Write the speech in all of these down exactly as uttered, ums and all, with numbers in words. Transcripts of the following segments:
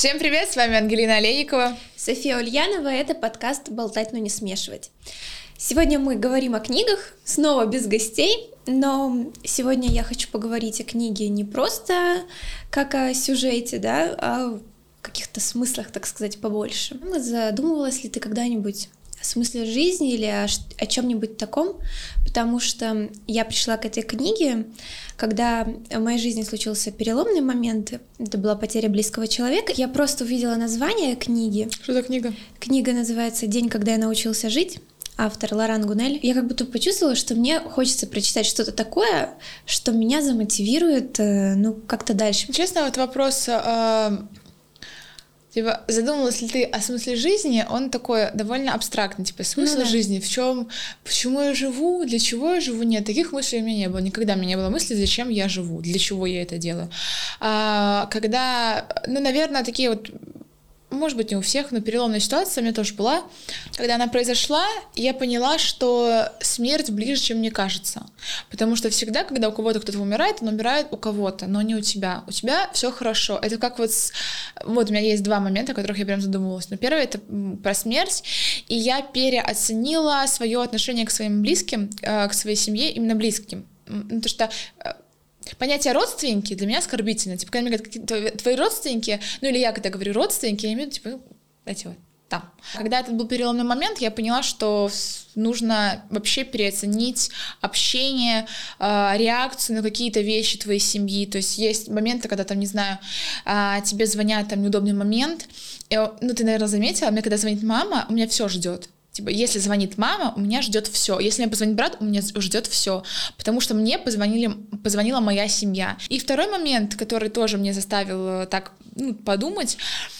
Всем привет, с вами Ангелина Олейникова. София Ульянова, это подкаст «Болтать, но не смешивать». Сегодня мы говорим о книгах, снова без гостей, но сегодня я хочу поговорить о книге не просто как о сюжете, да, а о каких-то смыслах, так сказать, побольше. Задумывалась ли ты когда-нибудь о смысле жизни или о, о чем-нибудь таком? Потому что я пришла к этой книге, когда в моей жизни случился переломный момент. Это была потеря близкого человека. Я просто увидела название книги. Что за книга? Книга называется «День, когда я научился жить». Автор Лоран Гунель. Я как будто почувствовала, что мне хочется прочитать что-то такое, что меня замотивирует, ну, как-то дальше. Честно, вот вопрос... Э... Типа, задумалась ли ты о смысле жизни? Он такой довольно абстрактный, типа, смысл ну, да. жизни, в чем, почему я живу, для чего я живу? Нет, таких мыслей у меня не было. Никогда у меня не было мысли, зачем я живу, для чего я это делаю. А, когда, ну, наверное, такие вот, может быть, не у всех, но переломная ситуация у меня тоже была. Когда она произошла, я поняла, что смерть ближе, чем мне кажется. Потому что всегда, когда у кого-то кто-то умирает, он умирает у кого-то, но не у тебя. У тебя все хорошо. Это как вот... С... Вот у меня есть два момента, о которых я прям задумывалась. Но первый — это про смерть. И я переоценила свое отношение к своим близким, к своей семье, именно близким. Потому что... Понятие родственники для меня оскорбительно. Типа, когда мне говорят, твои родственники, ну или я когда говорю родственники, я имею в виду, типа, ну, эти вот там. Когда это был переломный момент, я поняла, что нужно вообще переоценить общение, реакцию на какие-то вещи твоей семьи. То есть есть моменты, когда там, не знаю, тебе звонят, там неудобный момент. И, ну, ты, наверное, заметила, мне когда звонит мама, у меня все ждет. Типа, если звонит мама, у меня ждет все. Если мне позвонит брат, у меня ждет все. Потому что мне позвонили, позвонила моя семья. И второй момент, который тоже мне заставил так, ну, подумать,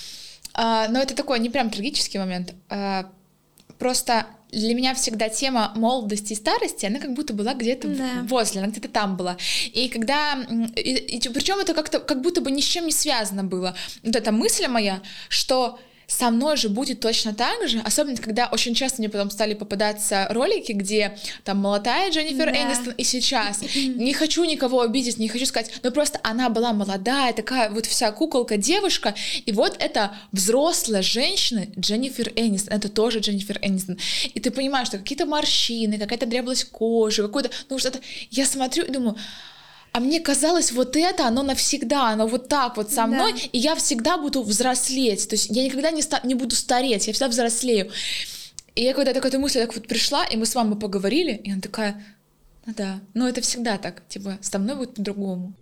э, но это такой не прям трагический момент. Э, просто для меня всегда тема молодости и старости, она как будто была где-то да. возле, она где-то там была. И когда... И, и, причем это как-то как будто бы ни с чем не связано было. Вот эта мысль моя, что... со мной же будет точно так же, особенно когда очень часто мне потом стали попадаться ролики, где там молодая Дженнифер да. Энистон и сейчас. Не хочу никого обидеть, не хочу сказать, но просто она была молодая, такая вот вся куколка, девушка, и вот это взрослая женщина Дженнифер Энистон, это тоже Дженнифер Энистон. И ты понимаешь, что какие-то морщины, какая-то дряблость кожи, какой-то, ну что-то... Я смотрю и думаю... А мне казалось, вот это, оно навсегда, оно вот так вот со мной, да. и я всегда буду взрослеть, то есть я никогда не, ста- не буду стареть, я всегда взрослею. И я когда такая мысль так вот пришла, и мы с мамой поговорили, и она такая, ну да, ну это всегда так, типа, со мной будет по-другому.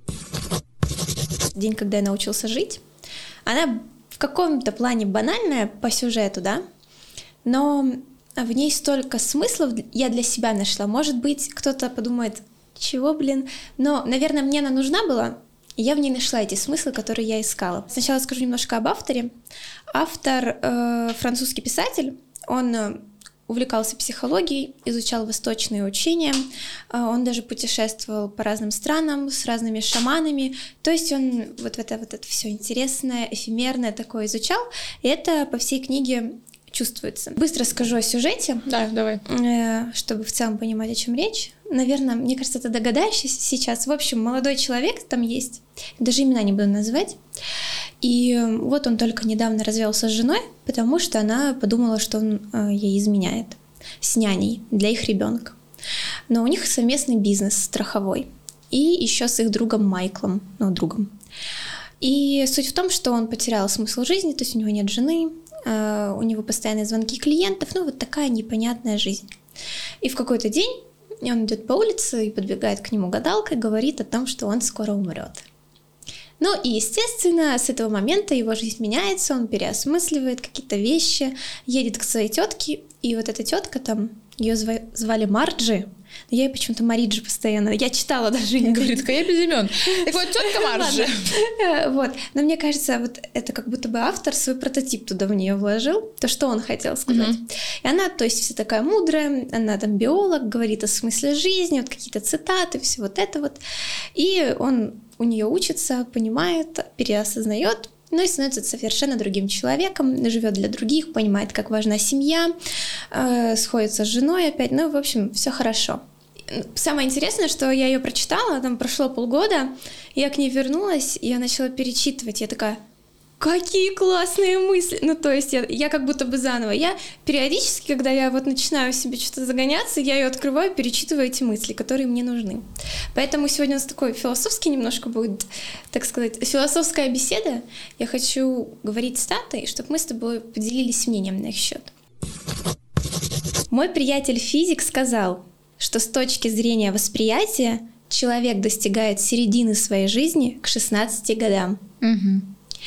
День, когда я научился жить, она в каком-то плане банальная по сюжету, да, но в ней столько смыслов я для себя нашла. Может быть, кто-то подумает... Чего, блин? Но, наверное, мне она нужна была, и я в ней нашла эти смыслы, которые я искала. Сначала скажу немножко об авторе. Автор э, французский писатель, он э, увлекался психологией, изучал восточные учения, э, он даже путешествовал по разным странам с разными шаманами, то есть он вот это вот это все интересное, эфемерное такое изучал, и это по всей книге чувствуется. Быстро скажу о сюжете, да, давай. Чтобы в целом понимать, о чем речь. Наверное, мне кажется, ты догадаешься сейчас. В общем, молодой человек там есть, даже имена не буду называть. И вот он только недавно развелся с женой, потому что она подумала, что он ей изменяет с няней для их ребенка. Но у них совместный бизнес страховой. И еще с их другом Майклом, ну, другом. И суть в том, что он потерял смысл жизни, то есть у него нет жены, Uh, у него постоянные звонки клиентов, ну вот такая непонятная жизнь. И в какой-то день он идет по улице и подбегает к нему гадалка и говорит о том, что он скоро умрет. Ну и, естественно, с этого момента его жизнь меняется, он переосмысливает какие-то вещи, едет к своей тетке, и вот эта тетка там, ее зва- звали Марджи, но я ей почему-то Мариджи постоянно, я читала даже. Не говорит, я без имен. Так вот, тетка Марджи. Вот, но мне кажется, вот это как будто бы автор свой прототип туда в нее вложил, то, что он хотел сказать. И она, то есть, вся такая мудрая, она там биолог, говорит о смысле жизни, вот какие-то цитаты, все вот это вот. И он у нее учится, понимает, переосознает, ну и становится совершенно другим человеком, живет для других, понимает, как важна семья, э, сходится с женой опять, ну, в общем, все хорошо. Самое интересное, что я ее прочитала, там прошло полгода, я к ней вернулась, и я начала перечитывать, я такая, какие классные мысли. Ну, то есть я, я как будто бы заново. Я периодически, когда я вот начинаю себе что-то загоняться, я ее открываю, перечитываю эти мысли, которые мне нужны. Поэтому сегодня у нас такой философский немножко будет, так сказать, философская беседа. Я хочу говорить с Татой, чтобы мы с тобой поделились мнением на их счет. Мой приятель-физик сказал, что с точки зрения восприятия человек достигает середины своей жизни к шестнадцати годам. Угу.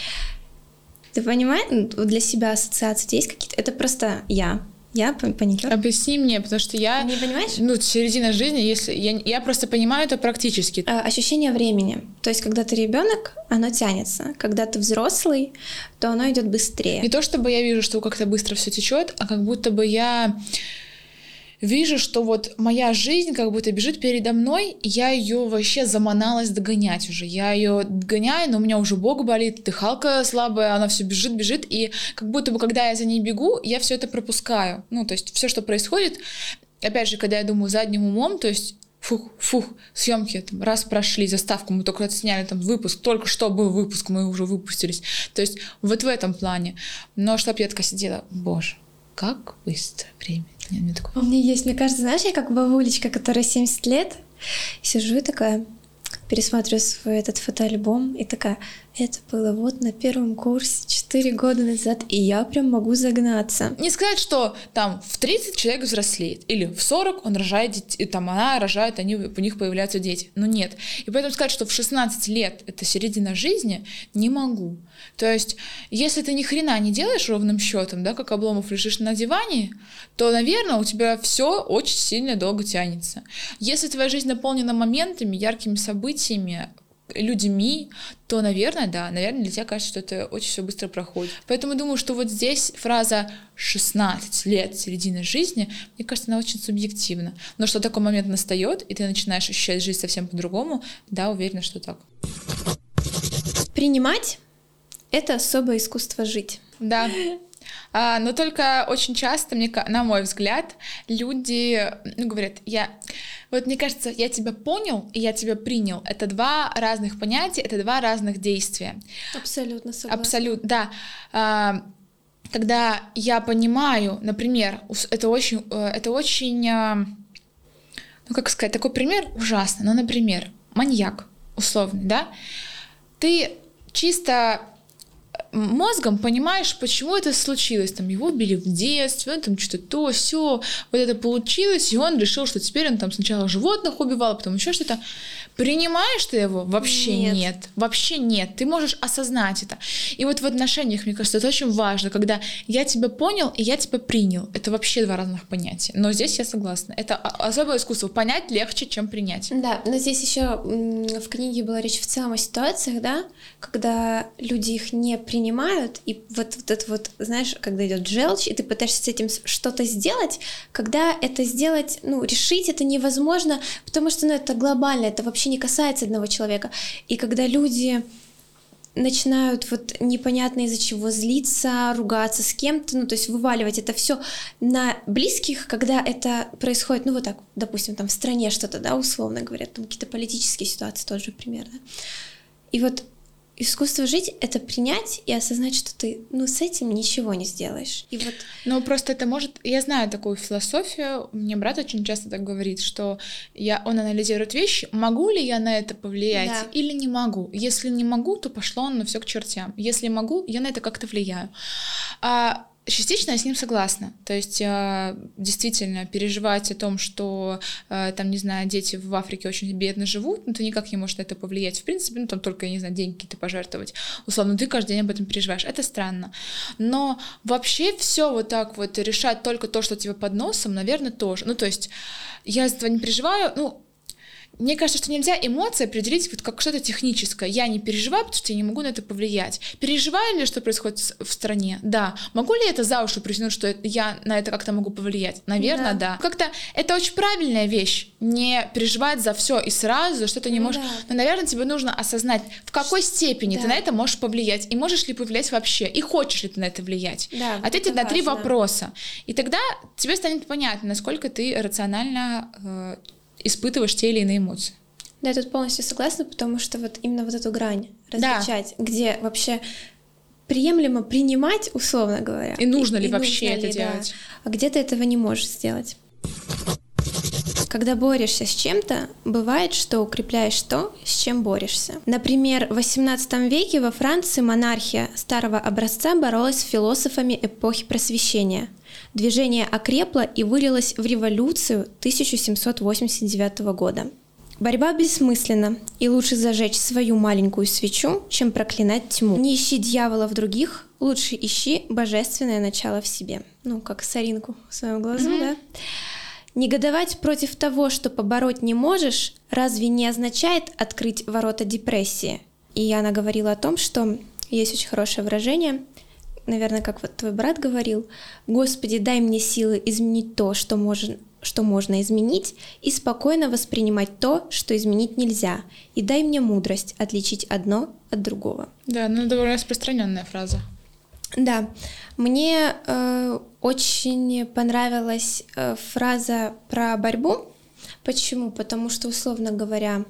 Ты понимаешь, для себя ассоциации есть какие-то? Это просто я. Я паникер. Объясни мне, потому что я... Не понимаешь? Ну, середина жизни, если... Я, я просто понимаю это практически. А, ощущение времени. То есть, когда ты ребенок, оно тянется. Когда ты взрослый, то оно идет быстрее. Не то, чтобы я вижу, что как-то быстро все течет, а как будто бы я... вижу, что вот моя жизнь как будто бежит передо мной, и я ее вообще заманалась догонять уже. Я ее догоняю, но у меня уже бок болит, дыхалка слабая, она все бежит, бежит, и как будто бы, когда я за ней бегу, я все это пропускаю. Ну, то есть все, что происходит, опять же, когда я думаю задним умом, то есть фух, фух, съемки там, раз прошли, заставку мы только отсняли, там выпуск, только что был выпуск, мы уже выпустились. То есть вот в этом плане. Но чтоб я такая сидела, боже, как быстро время. Нет, такое... У меня есть, мне кажется, знаешь, я как бабулечка, которая семьдесят лет, сижу и такая, пересматриваю свой этот фотоальбом, и такая, это было вот на первом курсе четыре года назад, и я прям могу загнаться. Не сказать, что там в тридцать человек взрослеет, или в сорок он рожает детей, там она рожает, они, у них появляются дети. Но нет. И поэтому сказать, что в шестнадцать лет это середина жизни, не могу. То есть, если ты ни хрена не делаешь ровным счетом, да, как Обломов лежишь на диване, то, наверное, у тебя все очень сильно долго тянется. Если твоя жизнь наполнена моментами, яркими событиями, людьми, то, наверное, да, наверное, для тебя кажется, что это очень все быстро проходит. Поэтому думаю, что вот здесь фраза шестнадцать лет, середина жизни, мне кажется, она очень субъективна. Но что такой момент настает, и ты начинаешь ощущать жизнь совсем по-другому, да, уверена, что так. Принимать — это особое искусство жить. Да. А, но только очень часто, мне, на мой взгляд, люди ну, говорят, я, вот мне кажется, я тебя понял и я тебя принял. Это два разных понятия, это два разных действия. Абсолютно согласна. Абсолютно, да. А, когда я понимаю, например, это очень, это очень, ну как сказать, такой пример ужасный, ну, например, маньяк условный, да, ты чисто мозгом понимаешь, почему это случилось. Там его убили в детстве, он там что-то то, все, вот это получилось, и он решил, что теперь он там сначала животных убивал, потом еще что-то. Принимаешь ты его? Вообще нет. нет. Вообще нет. Ты можешь осознать это. И вот в отношениях, мне кажется, это очень важно, когда я тебя понял и я тебя принял. Это вообще два разных понятия. Но здесь я согласна. Это особое искусство. Понять легче, чем принять. Да, но здесь еще в книге была речь в целом о ситуациях, да, когда люди их не принимают, и вот, вот это вот, знаешь, когда идет желчь, и ты пытаешься с этим что-то сделать, когда это сделать, ну, решить это невозможно, потому что, ну, это глобально, это вообще не касается одного человека. И когда люди начинают вот непонятно из-за чего злиться, ругаться с кем-то, ну, то есть вываливать это все на близких, когда это происходит, ну, вот так, допустим, там в стране что-то, да, условно говоря, там какие-то политические ситуации, тот же пример, да. И вот искусство жить — это принять и осознать, что ты, ну, с этим ничего не сделаешь. И вот... Ну, просто это может... Я знаю такую философию, мне брат очень часто так говорит, что я... он анализирует вещи, могу ли я на это повлиять, да, или не могу. Если не могу, то пошло оно все к чертям. Если могу, я на это как-то влияю. А частично я с ним согласна. То есть действительно переживать о том, что там, не знаю, дети в Африке очень бедно живут, ну ты никак не можешь на это повлиять. В принципе, ну там только, я не знаю, деньги какие-то пожертвовать. Условно, ты каждый день об этом переживаешь. Это странно. Но вообще все вот так вот решать только то, что тебе под носом, наверное, тоже. Ну то есть я из этого не переживаю, ну мне кажется, что нельзя эмоции определить вот как что-то техническое. Я не переживаю, потому что я не могу на это повлиять. Переживаю ли, что происходит в стране? Да. Могу ли это за уши притянуть, что я на это как-то могу повлиять? Наверное, да. да. Как-то это очень правильная вещь. Не переживать за все и сразу, что ты не можешь... Да. Но, наверное, тебе нужно осознать, в какой степени да. ты на это можешь повлиять. И можешь ли повлиять вообще. И хочешь ли ты на это влиять. Да, ответить на три вопроса. И тогда тебе станет понятно, насколько ты рационально... Э, испытываешь те или иные эмоции. Да, я тут полностью согласна, потому что вот именно вот эту грань различать, да. где вообще приемлемо принимать, условно говоря. И нужно и, ли и вообще нужно это ли, делать? Да. А где ты этого не можешь сделать. Когда борешься с чем-то, бывает, что укрепляешь то, с чем борешься. Например, в восемнадцатом веке во Франции монархия старого образца боролась с философами эпохи Просвещения. Движение окрепло и вылилось в революцию тысяча семьсот восемьдесят девятого года. Борьба бессмысленна, и лучше зажечь свою маленькую свечу, чем проклинать тьму. Не ищи дьявола в других, лучше ищи божественное начало в себе. Ну, как соринку в своем глазу, mm-hmm. да? Негодовать против того, что побороть не можешь, разве не означает открыть ворота депрессии? И Яна говорила о том, что есть очень хорошее выражение, наверное, как вот твой брат говорил: «Господи, дай мне силы изменить то, что можно, что можно изменить, и спокойно воспринимать то, что изменить нельзя, и дай мне мудрость отличить одно от другого». Да, ну довольно распространенная фраза. Да, мне э, очень понравилась э, фраза про борьбу. Почему? Потому что, условно говоря,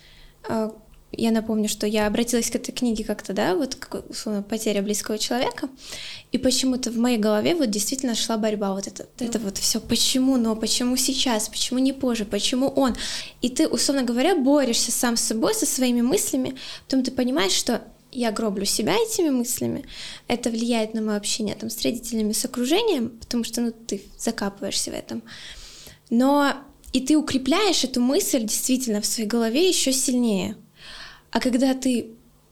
э, я напомню, что я обратилась к этой книге как-то, да, вот как, условно, потеря близкого человека, и почему-то в моей голове вот действительно шла борьба, вот это, mm. это вот все, почему, но почему сейчас, почему не позже, почему он, и ты, условно говоря, борешься сам с собой, со своими мыслями, потом ты понимаешь, что я гроблю себя этими мыслями, это влияет на мое общение там, с родителями, с окружением, потому что ну, ты закапываешься в этом. Но и ты укрепляешь эту мысль действительно в своей голове еще сильнее. А когда ты...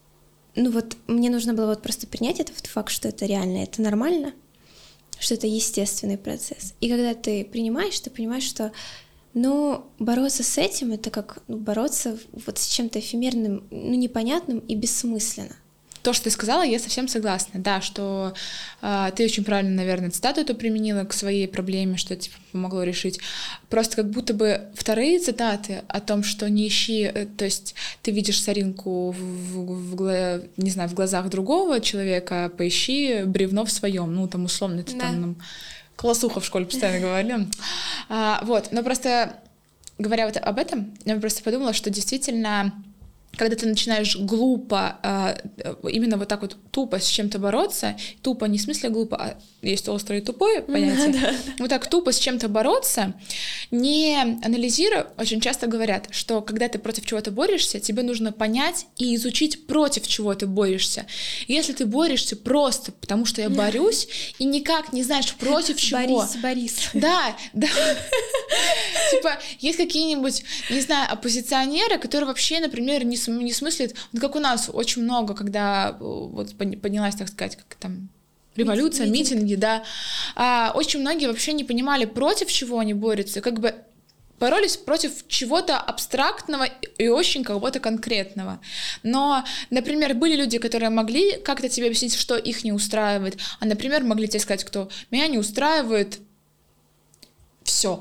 Ну вот мне нужно было вот просто принять этот факт, что это реально, это нормально, что это естественный процесс. И когда ты принимаешь, ты понимаешь, что ну, бороться с этим — это как ну, бороться вот с чем-то эфемерным, ну, непонятным и бессмысленно. То, что ты сказала, я совсем согласна, да, что э, ты очень правильно, наверное, цитату эту применила к своей проблеме, что типа помогло решить. Просто как будто бы вторые цитаты о том, что не ищи, то есть ты видишь соринку в, в, в, не знаю, в глазах другого человека, поищи бревно в своем, ну, там, условно, это да. там нам классуха в школе постоянно говорили. А, вот, но просто говоря вот об этом, я просто подумала, что действительно, когда ты начинаешь глупо, именно вот так вот тупо с чем-то бороться, тупо не в смысле глупо, а есть острое и тупое понятие, да, да. вот так тупо с чем-то бороться, не анализируя, очень часто говорят, что когда ты против чего-то борешься, тебе нужно понять и изучить, против чего ты борешься. Если ты борешься просто потому, что я борюсь, и никак не знаешь, против чего. Борис, Борис. Да, да. Типа, есть какие-нибудь, не знаю, оппозиционеры, которые вообще, например, не не смыслит, вот как у нас очень много, когда вот поднялась, так сказать, как там революция, Митинг. митинги, да, а, очень многие вообще не понимали, против чего они борются, как бы боролись против чего-то абстрактного и очень кого-то конкретного. Но, например, были люди, которые могли как-то тебе объяснить, что их не устраивает, а, например, могли тебе сказать, кто меня не устраивает, все.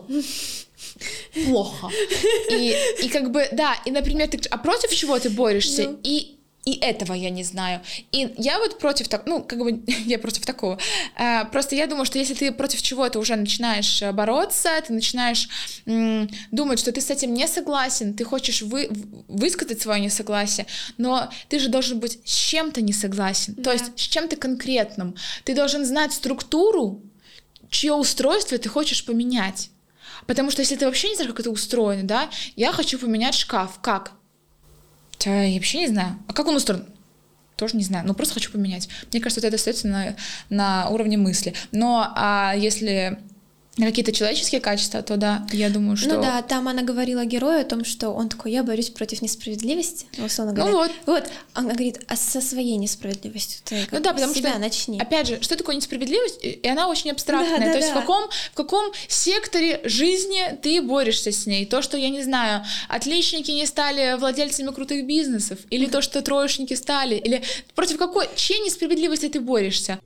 Плохо. И, и как бы, да, и, например, ты, а против чего ты борешься? No. И, и этого я не знаю. И я вот против так, ну, как бы, я против такого. А, просто я думаю, что если ты против чего-то уже начинаешь бороться, ты начинаешь м, думать, что ты с этим не согласен, ты хочешь вы, высказать свое несогласие, но ты же должен быть с чем-то не согласен, yeah. то есть с чем-то конкретным. Ты должен знать структуру, чье устройство ты хочешь поменять. Потому что если ты вообще не знаешь, как это устроено, да, я хочу поменять шкаф. Как? Да, я вообще не знаю. А как он устроен? Тоже не знаю. Ну, просто хочу поменять. Мне кажется, вот это остается на, на уровне мысли. Но а если какие-то человеческие качества, то да, я думаю, что... Ну да, там она говорила герою о том, что он такой: я борюсь против несправедливости. Условно говоря. Ну вот. Вот. Она говорит, а со своей несправедливостью ты ну да, потому себя что, начни. Опять же, что такое несправедливость? И она очень абстрактная. Да, да, то есть да. в каком, в каком секторе жизни ты борешься с ней? То, что, я не знаю, отличники не стали владельцами крутых бизнесов, или то, что троечники стали, или против какой, чьей несправедливости ты борешься?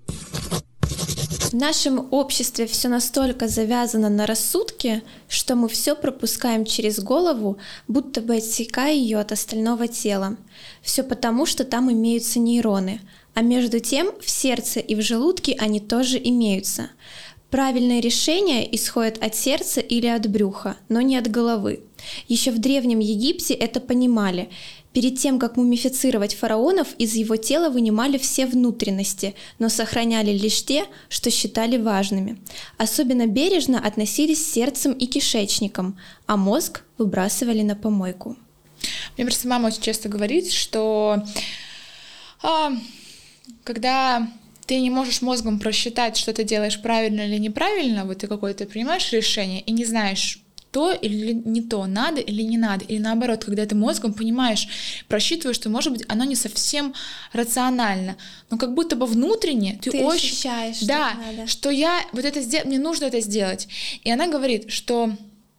В нашем обществе все настолько завязано на рассудке, что мы все пропускаем через голову, будто бы отсекая ее от остального тела. Все потому, что там имеются нейроны, а между тем в сердце и в желудке они тоже имеются. Правильное решение исходит от сердца или от брюха, но не от головы. Еще в Древнем Египте это понимали. Перед тем, как мумифицировать фараонов, из его тела вынимали все внутренности, но сохраняли лишь те, что считали важными. Особенно бережно относились с сердцем и кишечником, а мозг выбрасывали на помойку. Мне просто мама очень часто говорит, что а, когда ты не можешь мозгом просчитать, что ты делаешь правильно или неправильно, вот ты какое-то принимаешь решение и не знаешь, то или не то, надо или не надо, или наоборот, когда ты мозгом понимаешь, просчитываешь, что, может быть, оно не совсем рационально, но как будто бы внутренне ты, ты очень... ощущаешь, да, что надо. Что я вот это сдел... мне нужно это сделать. И она говорит, что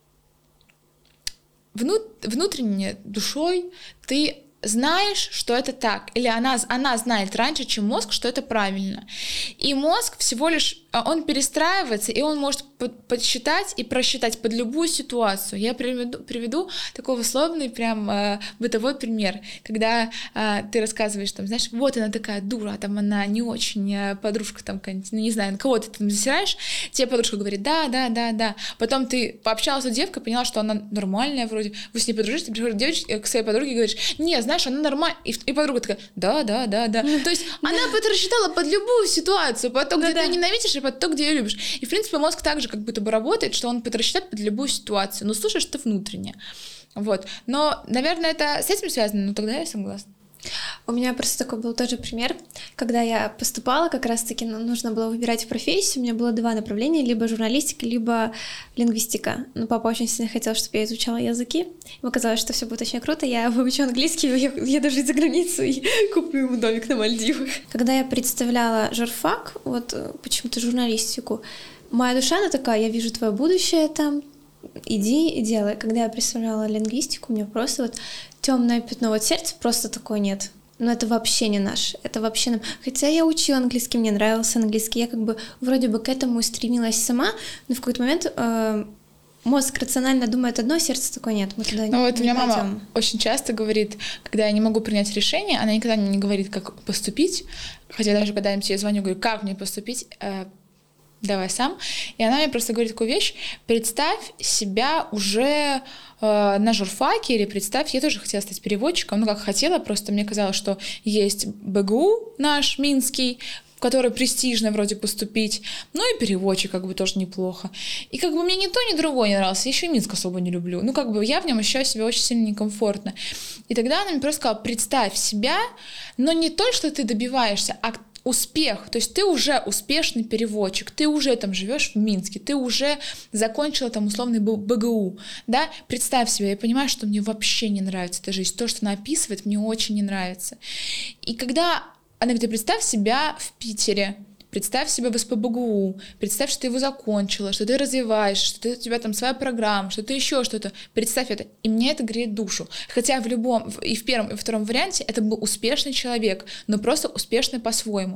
вну... внутренне, душой ты знаешь, что это так, или она, она знает раньше, чем мозг, что это правильно. И мозг всего лишь, он перестраивается, и он может подсчитать и просчитать под любую ситуацию. Я приведу, приведу такой условный прям э, бытовой пример, когда э, ты рассказываешь, там, знаешь, вот она такая дура, там она не очень, э, подружка там какая-нибудь, ну не знаю, на кого ты там засираешь, тебе подружка говорит, да, да, да, да. Потом ты пообщалась с девкой, поняла, что она нормальная вроде, вы с ней подружились, ты приходишь девочке, к своей подруге и говоришь, не, знаешь, она нормальная, и, и подруга такая, да, да, да, да. То есть она рассчитала под любую ситуацию, под то, где ты ненавидишь, и под то, где ее любишь. И, в принципе, мозг также как будто бы работает, что он рассчитает под любую ситуацию, но слушаешь ты внутренне. Вот. Но, наверное, это с этим связано, но тогда я согласна. У меня просто такой был тоже пример, когда я поступала, как раз-таки нужно было выбирать профессию, у меня было два направления, либо журналистика, либо лингвистика. Но папа очень сильно хотел, чтобы я изучала языки. Ему казалось, что все будет очень круто, я выучу английский, я еду жить за границу и куплю ему домик на Мальдивах. Когда я представляла журфак, вот почему-то журналистику, моя душа, она такая, я вижу твое будущее там, иди и делай. Когда я представляла лингвистику, у меня просто вот темное пятно, вот сердце просто такое нет. Но это вообще не наш, это вообще нам. Хотя я учила английский, мне нравился английский, я как бы вроде бы к этому стремилась сама, но в какой-то момент э, мозг рационально думает одно, сердце такое нет, мы туда ну, не, вот не у меня пойдем. Мама очень часто говорит, когда я не могу принять решение, она никогда мне не говорит, как поступить, хотя даже когда я тебе звоню, говорю, как мне поступить, э, давай сам. И она мне просто говорит такую вещь, представь себя уже э, на журфаке, или представь, я тоже хотела стать переводчиком, ну как хотела, просто мне казалось, что есть БГУ наш, Минский, в который престижно вроде поступить, ну и переводчик как бы тоже неплохо. И как бы мне ни то, ни другое не нравилось, я еще и Минск особо не люблю. Ну как бы я в нем ощущаю себя очень сильно некомфортно. И тогда она мне просто сказала, представь себя, но не то, что ты добиваешься, а успех, то есть ты уже успешный переводчик, ты уже там живешь в Минске, ты уже закончила там условный БГУ, да, представь себе, я понимаю, что мне вообще не нравится эта жизнь, то, что она описывает, мне очень не нравится. И когда она говорит, представь себя в Питере, представь себя в СПбГУ, представь, что ты его закончила, что ты развиваешься, что ты, у тебя там своя программа, что ты еще что-то. Представь это. И мне это греет душу. Хотя в любом, и в первом, и во втором варианте это был успешный человек, но просто успешный по-своему.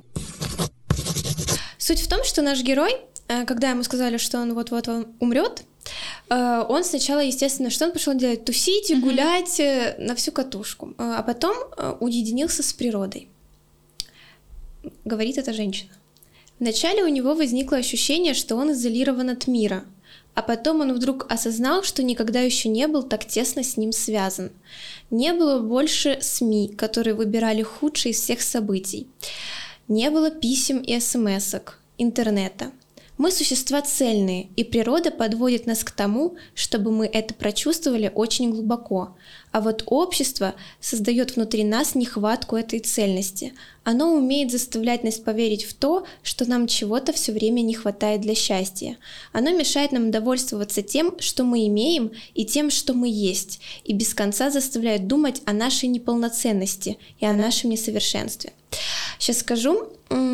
Суть в том, что наш герой, когда ему сказали, что он вот-вот умрет, он сначала, естественно, что он пошел делать? Тусить, mm-hmm. гулять на всю катушку. А потом уединился с природой. Говорит эта женщина. Вначале у него возникло ощущение, что он изолирован от мира, а потом он вдруг осознал, что никогда еще не был так тесно с ним связан. Не было больше СМИ, которые выбирали худшие из всех событий. Не было писем и смс-ок, интернета. Мы существа цельные, и природа подводит нас к тому, чтобы мы это прочувствовали очень глубоко. А вот общество создает внутри нас нехватку этой цельности. Оно умеет заставлять нас поверить в то, что нам чего-то все время не хватает для счастья. Оно мешает нам довольствоваться тем, что мы имеем, и тем, что мы есть, и без конца заставляет думать о нашей неполноценности и о нашем несовершенстве. Сейчас скажу,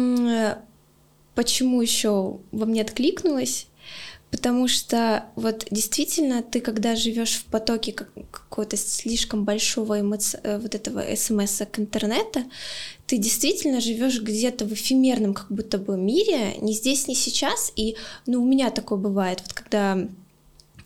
почему еще во мне откликнулось. Потому что вот действительно ты, когда живешь в потоке какого-то слишком большого эмоци... вот этого смс-ок интернета, ты действительно живешь где-то в эфемерном как будто бы мире, ни здесь, ни сейчас. И ну, у меня такое бывает, вот когда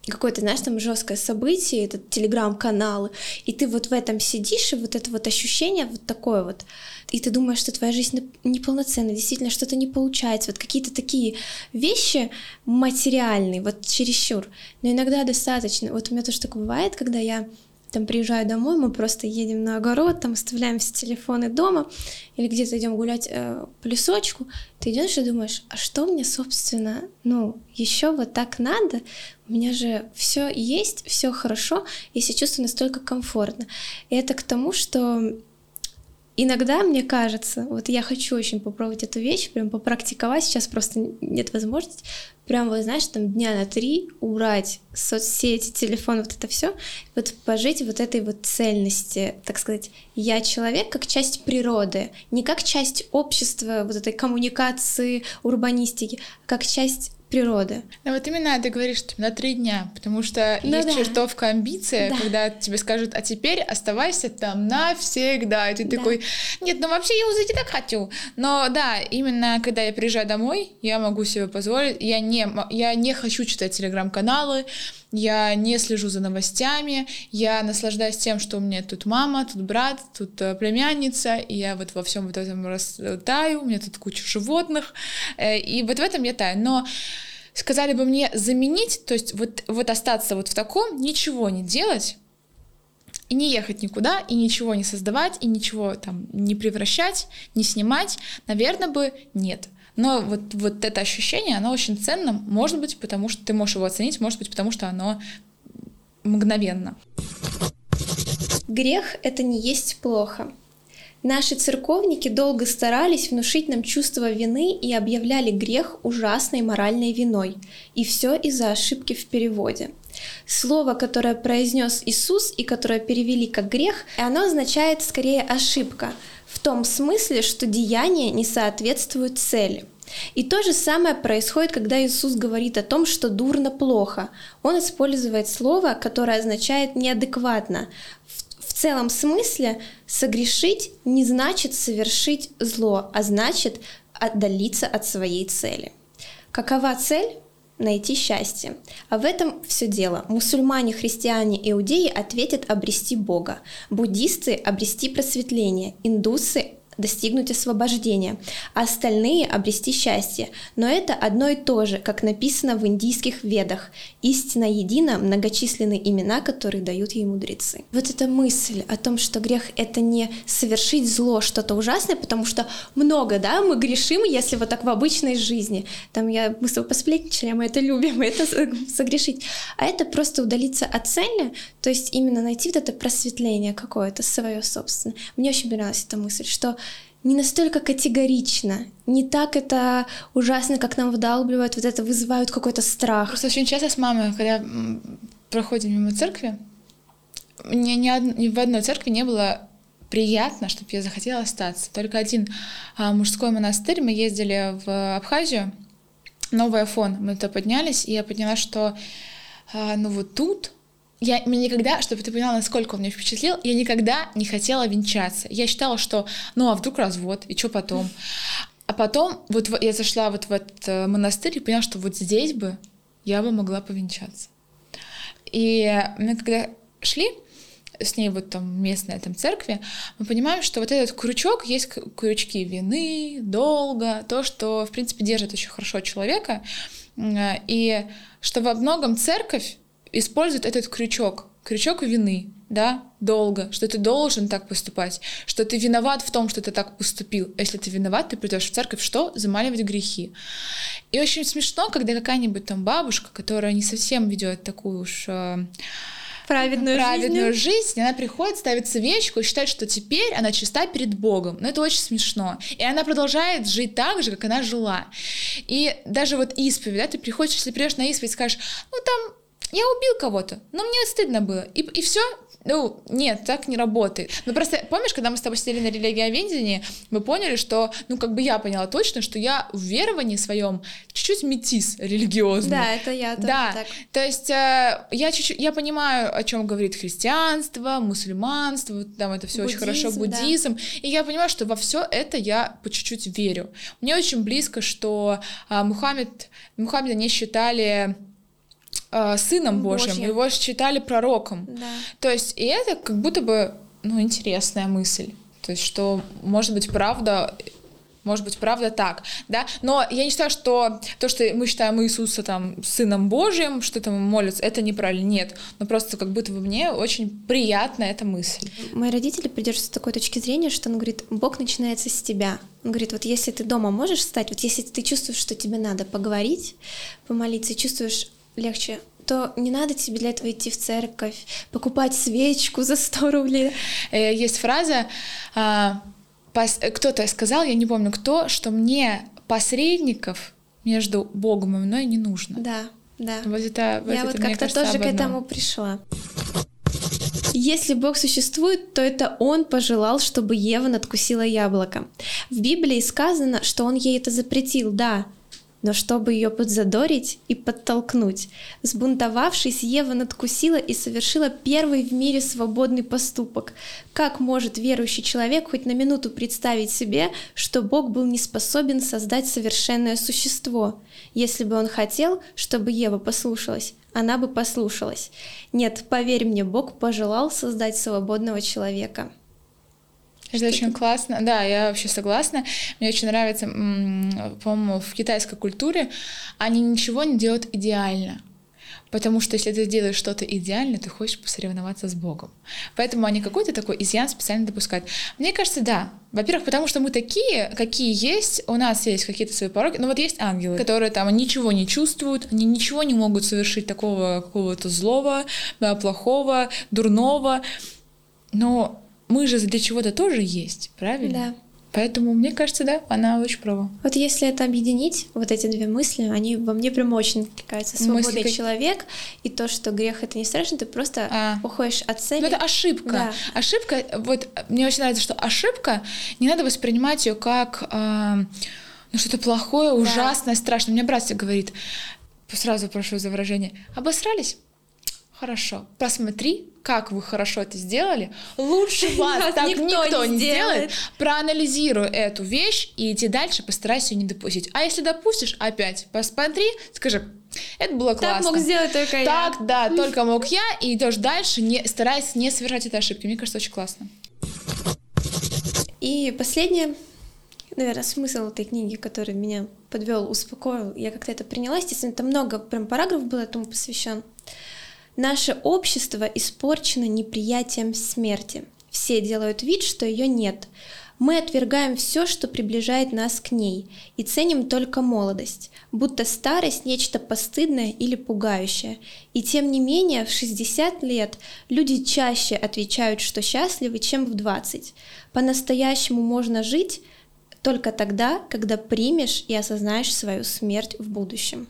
какое-то, знаешь, там жесткое событие, этот телеграм-канал, и ты вот в этом сидишь, и вот это вот ощущение вот такое вот, и ты думаешь, что твоя жизнь неполноценна, действительно что-то не получается, вот какие-то такие вещи материальные, вот чересчур, но иногда достаточно. Вот у меня тоже такое бывает, когда я там приезжаю домой, мы просто едем на огород, там оставляем все телефоны дома, или где-то идем гулять э, по лесочку, ты идешь и думаешь, а что мне, собственно, ну, еще вот так надо? У меня же все есть, все хорошо, я себя чувствую настолько комфортно. И это к тому, что иногда мне кажется, вот я хочу очень попробовать эту вещь, прям попрактиковать, сейчас просто нет возможности, прям, вот знаешь, там дня на три убрать соцсети, телефон, вот это все, вот пожить вот этой вот цельности, так сказать, я человек как часть природы, не как часть общества, вот этой коммуникации, урбанистики, а как часть природы. Ну вот именно ты говоришь, что на три дня, потому что ну, есть да. чертовка амбиция, да. когда тебе скажут, а теперь оставайся там навсегда, и ты да. такой, нет, ну вообще я уйти так хочу. Но да, именно когда я приезжаю домой, я могу себе позволить, я не, я не хочу читать телеграм-каналы, я не слежу за новостями, я наслаждаюсь тем, что у меня тут мама, тут брат, тут племянница, и я вот во всем вот этом таю, у меня тут куча животных, и вот в этом я таю. Но сказали бы мне заменить, то есть вот, вот остаться вот в таком, ничего не делать, и не ехать никуда, и ничего не создавать, и ничего там не превращать, не снимать, наверное, бы нет. Но вот, вот это ощущение, оно очень ценно, может быть, потому что ты можешь его оценить, может быть, потому что оно мгновенно. Грех — это не есть плохо. Наши церковники долго старались внушить нам чувство вины и объявляли грех ужасной моральной виной. И все из-за ошибки в переводе. Слово, которое произнес Иисус и которое перевели как грех, оно означает скорее ошибка, в том смысле, что деяние не соответствует цели. И то же самое происходит, когда Иисус говорит о том, что дурно плохо. Он использует слово, которое означает неадекватно. В целом смысле согрешить не значит совершить зло, а значит отдалиться от своей цели. Какова цель? Найти счастье. А в этом все дело. Мусульмане, христиане, иудеи ответят обрести Бога. Буддисты — обрести просветление. Индусы — достигнуть освобождения, а остальные — обрести счастье. Но это одно и то же, как написано в индийских ведах. Истина едина, многочисленные имена, которые дают ей мудрецы. Вот эта мысль о том, что грех — это не совершить зло, что-то ужасное, потому что много, да, мы грешим, если вот так в обычной жизни. Там я, мы с тобой посплетничали, мы это любим, это согрешить. А это просто удалиться от цели, то есть именно найти вот это просветление какое-то свое собственное. Мне очень понравилась эта мысль, что не настолько категорично, не так это ужасно, как нам вдалбливают, вот это вызывают какой-то страх. Просто очень часто с мамой, когда проходим мимо церкви, мне ни, од... ни в одной церкви не было приятно, чтобы я захотела остаться. Только один а, мужской монастырь, мы ездили в Абхазию, Новый Афон, мы туда поднялись, и я поняла, что а, ну вот тут Я, мне никогда, чтобы ты поняла, насколько он меня впечатлил, я никогда не хотела венчаться. Я считала, что, ну, а вдруг развод, и что потом? А потом вот я зашла вот в этот монастырь и поняла, что вот здесь бы я бы могла повенчаться. И мы когда шли с ней вот там местной там церкви, мы понимаем, что вот этот крючок, есть крючки вины, долга, то, что, в принципе, держит очень хорошо человека, и что во многом церковь использует этот крючок, крючок вины, да, долго, что ты должен так поступать, что ты виноват в том, что ты так поступил. Если ты виноват, ты придешь в церковь, что? Замаливать грехи. И очень смешно, когда какая-нибудь там бабушка, которая не совсем ведет такую уж э, праведную, праведную жизнь. жизнь, она приходит, ставит свечку и считает, что теперь она чиста перед Богом. Но это очень смешно. И она продолжает жить так же, как она жила. И даже вот исповедь, да, ты приходишь, если придешь на исповедь, скажешь, ну там, я убил кого-то, но мне стыдно было. И, и все. Ну, нет, так не работает. Ну, просто, помнишь, когда мы с тобой сидели на религиоведении, мы поняли, что, ну, как бы я поняла точно, что я в веровании своем чуть-чуть метис религиозный. Да, это я тоже да. так. То есть э, я чуть-чуть, я понимаю, о чем говорит христианство, мусульманство, там это все очень хорошо, буддизм, да. И я понимаю, что во все это я по чуть-чуть верю. Мне очень близко, что э, Мухаммед, Мухаммеда не считали э, Сыном Божьим, Божьим. Его считали пророком. Да. То есть, и это как будто бы, ну, интересная мысль. То есть, что, может быть, правда... Может быть, правда так, да? Но я не считаю, что то, что мы считаем Иисуса там Сыном Божьим, что там молятся, это неправильно. Нет. Но просто как будто бы мне очень приятна эта мысль. Мои родители придерживаются такой точки зрения, что он говорит, Бог начинается с тебя. Он говорит, вот если ты дома можешь встать, вот если ты чувствуешь, что тебе надо поговорить, помолиться, и чувствуешь легче, то не надо тебе для этого идти в церковь, покупать свечку за сто рублей. Есть фраза... Кто-то сказал, я не помню кто, что мне посредников между Богом и мной не нужно. Да, да. Вот это, вот я это, вот как-то тоже к этому пришла. Если Бог существует, то это Он пожелал, чтобы Ева надкусила яблоко. В Библии сказано, что Он ей это запретил, да, но чтобы ее подзадорить и подтолкнуть. Взбунтовавшись, Ева надкусила и совершила первый в мире свободный поступок. Как может верующий человек хоть на минуту представить себе, что Бог был не способен создать совершенное существо? Если бы Он хотел, чтобы Ева послушалась, она бы послушалась. Нет, поверь мне, Бог пожелал создать свободного человека. Это очень классно. Да, я вообще согласна. Мне очень нравится, по-моему, в китайской культуре они ничего не делают идеально. Потому что если ты делаешь что-то идеально, ты хочешь посоревноваться с Богом. Поэтому они какой-то такой изъян специально допускают. Мне кажется, да. Во-первых, потому что мы такие, какие есть, у нас есть какие-то свои пороки, но вот есть ангелы, которые там ничего не чувствуют, они ничего не могут совершить такого какого-то злого, да, плохого, дурного. Но мы же для чего-то тоже есть, правильно? Да. Поэтому, мне кажется, да, она очень права. Вот если это объединить, вот эти две мысли, они во мне прям очень откликаются. Свободный мысли... человек и то, что грех — это не страшно, ты просто а. уходишь от цели. Ну, это ошибка. Да. Ошибка, вот мне очень нравится, что ошибка, не надо воспринимать ее как э, ну, что-то плохое, ужасное, да. страшное. Мне брат говорит, сразу прошу за выражение, обосрались? Хорошо, посмотри, как вы хорошо это сделали. Лучше вас так никто не сделает. Проанализируй эту вещь и иди дальше, постарайся ее не допустить. А если допустишь, опять посмотри, скажи, это было классно. Так мог сделать только я. Так, да, только мог я, и идешь дальше, не, стараясь не совершать этой ошибки. Мне кажется, очень классно. И последнее, наверное, смысл этой книги, который меня подвел, успокоил, я как-то это приняла. Естественно, там много прям параграфов было этому посвящен. Наше общество испорчено неприятием смерти. Все делают вид, что ее нет. Мы отвергаем все, что приближает нас к ней, и ценим только молодость, будто старость — нечто постыдное или пугающее. И тем не менее, в шестьдесят лет люди чаще отвечают, что счастливы, чем в двадцать. По-настоящему можно жить только тогда, когда примешь и осознаешь свою смерть в будущем.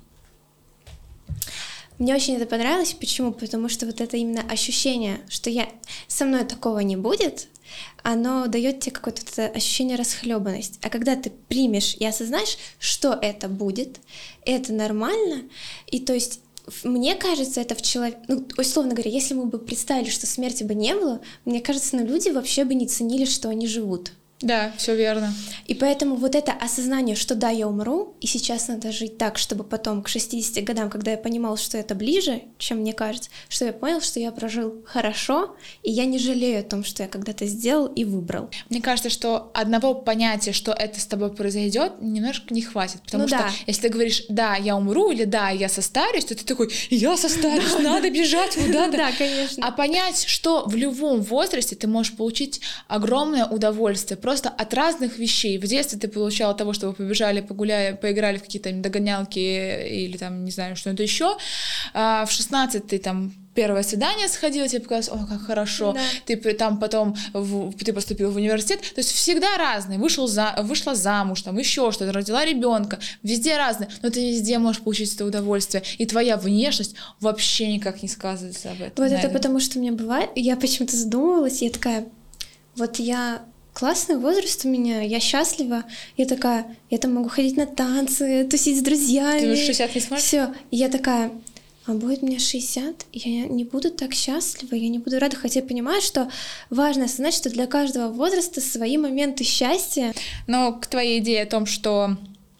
Мне очень это понравилось. Почему? Потому что вот это именно ощущение, что я со мной такого не будет, оно дает тебе какое-то ощущение расхлебанности. А когда ты примешь и осознаешь, что это будет, это нормально, и то есть мне кажется, это в человеке... Ну, условно говоря, если мы бы представили, что смерти бы не было, мне кажется, ну, люди вообще бы не ценили, что они живут. Да, все верно. И поэтому вот это осознание, что да, я умру, и сейчас надо жить так, чтобы потом к шестидесяти годам, когда я понимал, что это ближе, чем мне кажется, что я понял, что я прожил хорошо, и я не жалею о том, что я когда-то сделал и выбрал. Мне кажется, что одного понятия, что это с тобой произойдет, немножко не хватит, потому ну, что да. если ты говоришь, да, я умру, или да, я состарюсь, то ты такой, я состарюсь, надо бежать куда-то. Да, конечно. А понять, что в любом возрасте ты можешь получить огромное удовольствие, просто от разных вещей. В детстве ты получал от того, что вы побежали, погуляли, поиграли в какие-то догонялки или там, не знаю, что-то еще. А в шестнадцать ты там первое свидание сходила, тебе показалось, о, как хорошо. Да. Ты там потом в, ты поступил в университет. То есть всегда разные. Вышел за, вышла замуж, там еще что-то, родила ребенка. Везде разные. Но ты везде можешь получить это удовольствие. И твоя внешность вообще никак не сказывается об этом. Вот это потому, что у меня бывает, я почему-то задумывалась, я такая, вот я... Классный возраст у меня, я счастлива. Я такая, я там могу ходить на танцы, тусить с друзьями. Ты уже шестьдесят не сможешь? Всё. И я такая, а будет мне шестьдесят, я не буду так счастлива, я не буду рада, хотя я понимаю, что важно осознать, что для каждого возраста свои моменты счастья. Но к твоей идее о том, что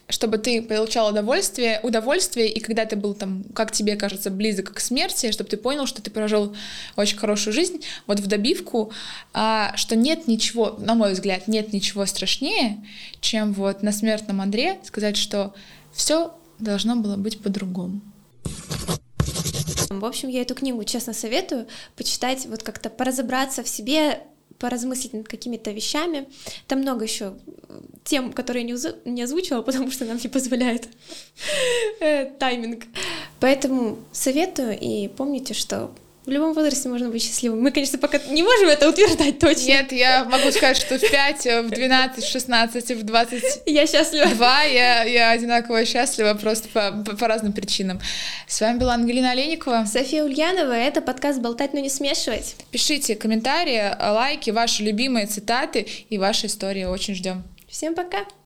чтобы ты получал удовольствие, удовольствие, и когда ты был там, как тебе кажется, близок к смерти, чтобы ты понял, что ты прожил очень хорошую жизнь, вот в добивку, а, что нет ничего, на мой взгляд, нет ничего страшнее, чем вот на смертном одре сказать, что все должно было быть по-другому. В общем, я эту книгу честно советую почитать, вот как-то поразобраться в себе, поразмыслить над какими-то вещами. Там много еще тем, которые я не, узу- не озвучивала, потому что нам не позволяет тайминг. Поэтому советую, и помните, что в любом возрасте можно быть счастливым. Мы, конечно, пока не можем это утверждать точно. Нет, я могу сказать, что в пять, в двенадцать, в шестнадцать, в двадцать я счастлива. Два я, я одинаково счастлива, просто по, по, по разным причинам. С вами была Ангелина Олейникова. София Ульянова. Это подкаст «Болтать, но не смешивать». Пишите комментарии, лайки, ваши любимые цитаты и ваши истории. Очень ждем. Всем пока!